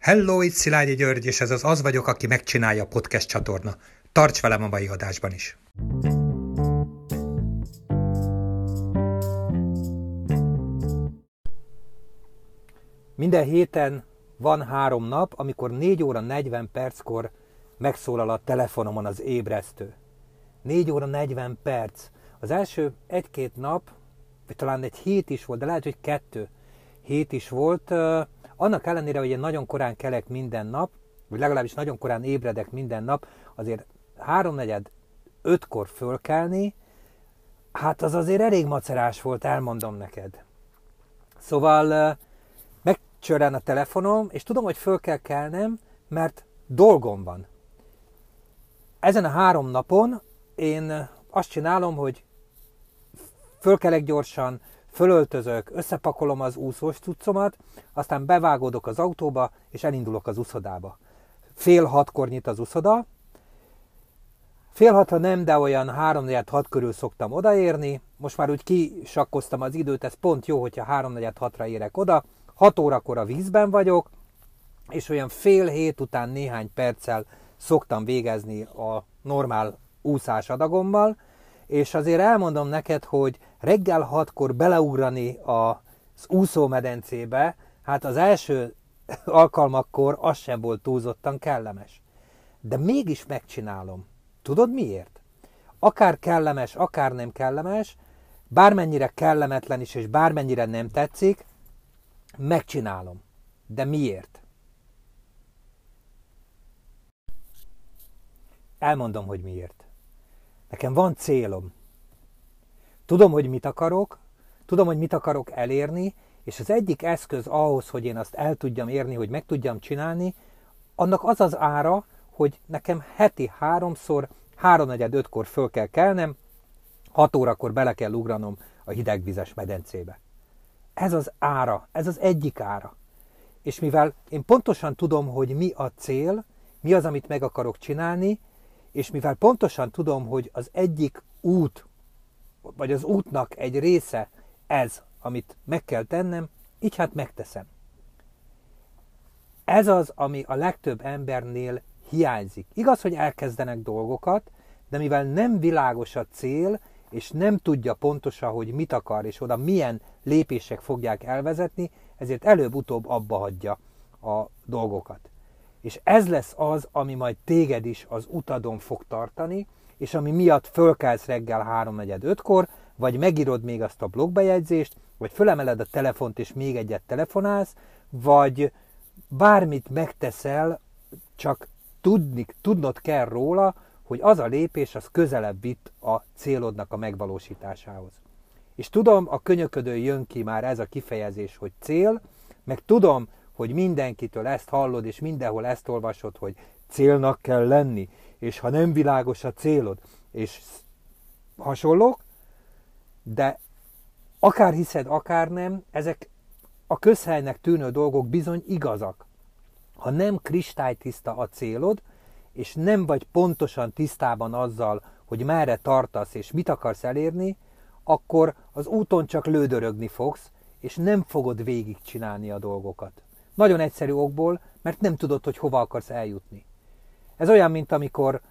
Hello, itt Szilágyi György, és ez az vagyok, aki megcsinálja podcast csatorna. Tarts velem a mai adásban is! Minden héten van 3 nap, amikor 4 óra 40 perckor megszólal a telefonomon az ébresztő. 4 óra 40 perc. Az első 1-2 nap, vagy talán egy hét is volt, de lehet, hogy 2 hét is volt. Annak ellenére, hogy én nagyon korán kelek minden nap, vagy legalábbis nagyon korán ébredek minden nap, azért 3-4-5-kor fölkelni, hát az azért elég macerás volt, elmondom neked. Szóval megcsörren a telefonom, és tudom, hogy föl kell kelnem, mert dolgom van. Ezen a 3 napon én azt csinálom, hogy fölkelek gyorsan, fölöltözök, összepakolom az úszós cuccomat, aztán bevágódok az autóba, és elindulok az uszodába. 5:30 nyit az uszoda. 5:30 nem, de olyan 3-4-6 körül szoktam odaérni. Most már úgy kisakkoztam az időt, ez pont jó, hogyha 3-4-6-ra érek oda. 6 órakor a vízben vagyok, és olyan 6:30 után néhány perccel szoktam végezni a normál úszás adagommal, és azért elmondom neked, hogy reggel 6-kor beleugrani az úszómedencébe, hát az első alkalmakkor az sem volt túlzottan kellemes. De mégis megcsinálom. Tudod miért? Akár kellemes, akár nem kellemes, bármennyire kellemetlen is, és bármennyire nem tetszik, megcsinálom. De miért? Elmondom, hogy miért. Nekem van célom. Tudom, hogy mit akarok elérni, és az egyik eszköz ahhoz, hogy én azt el tudjam érni, hogy meg tudjam csinálni, annak az az ára, hogy nekem heti 3-szor, 3-4-5-kor föl kell kelnem, 6 órakor bele kell ugranom a hidegvizes medencébe. Ez az ára, ez az egyik ára. És mivel én pontosan tudom, hogy mi a cél, mi az, amit meg akarok csinálni, és mivel pontosan tudom, hogy az egyik út, vagy az útnak egy része ez, amit meg kell tennem, így hát megteszem. Ez az, ami a legtöbb embernél hiányzik. Igaz, hogy elkezdenek dolgokat, de mivel nem világos a cél, és nem tudja pontosan, hogy mit akar, és oda milyen lépések fogják elvezetni, ezért előbb-utóbb abba hagyja a dolgokat. És ez lesz az, ami majd téged is az utadon fog tartani, és ami miatt fölkelsz reggel 3-4-5-kor, vagy megírod még azt a blogbejegyzést, vagy fölemeled a telefont és még egyet telefonálsz, vagy bármit megteszel, csak tudnod kell róla, hogy az a lépés az közelebb vitt a célodnak a megvalósításához. És tudom, a könyöködön jön ki már ez a kifejezés, hogy cél, meg tudom, hogy mindenkitől ezt hallod, és mindenhol ezt olvasod, hogy célnak kell lenni, és ha nem világos a célod, és hasonlók, de akár hiszed, akár nem, ezek a közhelynek tűnő dolgok bizony igazak. Ha nem kristálytiszta a célod, és nem vagy pontosan tisztában azzal, hogy merre tartasz, és mit akarsz elérni, akkor az úton csak lődörögni fogsz, és nem fogod végigcsinálni a dolgokat. Nagyon egyszerű okból, mert nem tudod, hogy hova akarsz eljutni. Ez olyan, mint amikor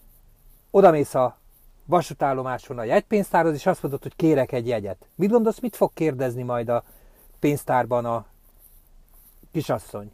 odamész a vasútállomáson a jegypénztárhoz, és azt mondod, hogy kérek egy jegyet. Mit gondolsz, mit fog kérdezni majd a pénztárban a kisasszony?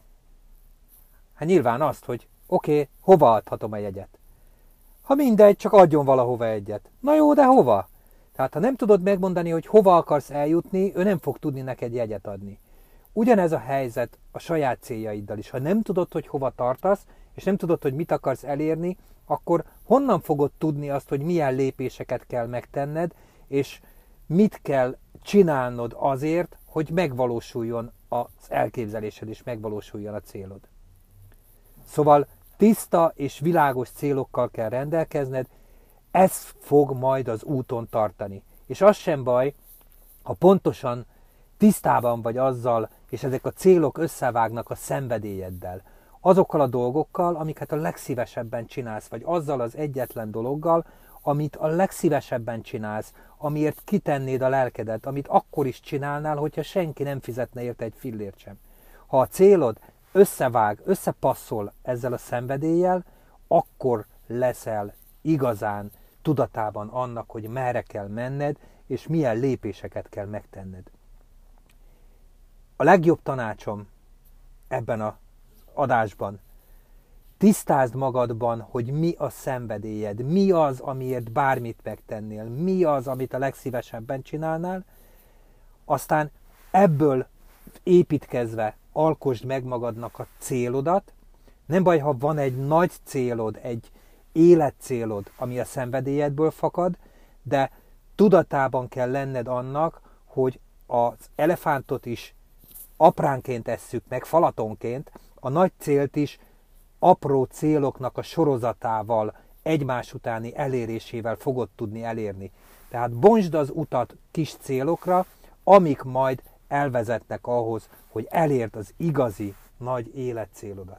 Hát nyilván azt, hogy oké, hova adhatom a jegyet? Ha mindegy, csak adjon valahova egyet. Na jó, de hova? Tehát ha nem tudod megmondani, hogy hova akarsz eljutni, ő nem fog tudni neked jegyet adni. Ugyanez a helyzet a saját céljaiddal is. Ha nem tudod, hogy hova tartasz, és nem tudod, hogy mit akarsz elérni, akkor honnan fogod tudni azt, hogy milyen lépéseket kell megtenned, és mit kell csinálnod azért, hogy megvalósuljon az elképzelésed, és megvalósuljon a célod. Szóval tiszta és világos célokkal kell rendelkezned, ez fog majd az úton tartani. És az sem baj, ha pontosan tisztában vagy azzal, és ezek a célok összevágnak a szenvedélyeddel, azokkal a dolgokkal, amiket a legszívesebben csinálsz, vagy azzal az egyetlen dologgal, amit a legszívesebben csinálsz, amiért kitennéd a lelkedet, amit akkor is csinálnál, hogyha senki nem fizetne érte egy fillért sem. Ha a célod összevág, összepasszol ezzel a szenvedéllyel, akkor leszel igazán tudatában annak, hogy merre kell menned, és milyen lépéseket kell megtenned. A legjobb tanácsom ebben az adásban, tisztázd magadban, hogy mi a szenvedélyed, mi az, amiért bármit megtennél, mi az, amit a legszívesebben csinálnál, aztán ebből építkezve alkosd meg magadnak a célodat. Nem baj, ha van egy nagy célod, egy életcélod, ami a szenvedélyedből fakad, de tudatában kell lenned annak, hogy az elefántot is apránként esszük meg, falatonként, a nagy célt is apró céloknak a sorozatával, egymás utáni elérésével fogod tudni elérni. Tehát bontsd az utat kis célokra, amik majd elvezetnek ahhoz, hogy elérd az igazi nagy életcélodat.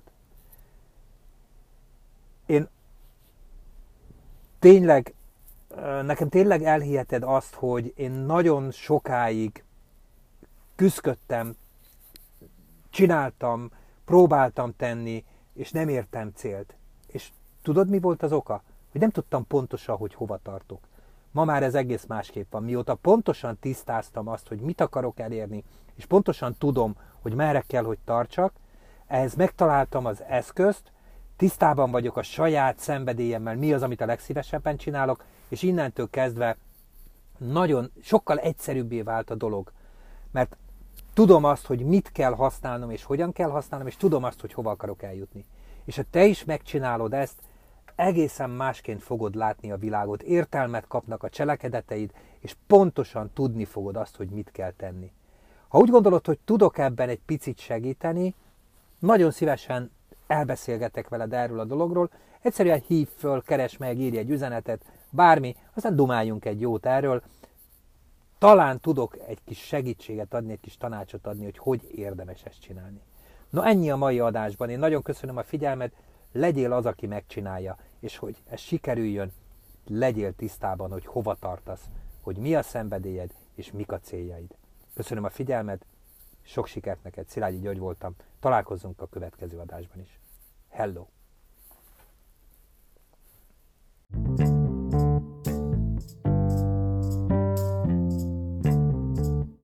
Nekem tényleg elhiheted azt, hogy én nagyon sokáig küszködtem, csináltam, próbáltam tenni, és nem értem célt. És tudod, mi volt az oka? Hogy nem tudtam pontosan, hogy hova tartok. Ma már ez egész másképp van. Mióta pontosan tisztáztam azt, hogy mit akarok elérni, és pontosan tudom, hogy merre kell, hogy tartsak, ehhez megtaláltam az eszközt, tisztában vagyok a saját szenvedélyemmel, mi az, amit a legszívesebben csinálok, és innentől kezdve nagyon, sokkal egyszerűbbé vált a dolog. Mert tudom azt, hogy mit kell használnom, és hogyan kell használnom, és tudom azt, hogy hova akarok eljutni. És ha te is megcsinálod ezt, egészen másként fogod látni a világot, értelmet kapnak a cselekedeteid, és pontosan tudni fogod azt, hogy mit kell tenni. Ha úgy gondolod, hogy tudok ebben egy picit segíteni, nagyon szívesen elbeszélgetek veled erről a dologról, egyszerűen hívj föl, keresd meg, írj egy üzenetet, bármi, aztán dumáljunk egy jót erről. Talán tudok egy kis segítséget adni, egy kis tanácsot adni, hogy érdemes ezt csinálni. No, ennyi a mai adásban. Én nagyon köszönöm a figyelmet, legyél az, aki megcsinálja, és hogy ez sikerüljön, legyél tisztában, hogy hova tartasz, hogy mi a szenvedélyed, és mik a céljaid. Köszönöm a figyelmet, sok sikert neked, Szilágyi György voltam, találkozzunk a következő adásban is. Hello!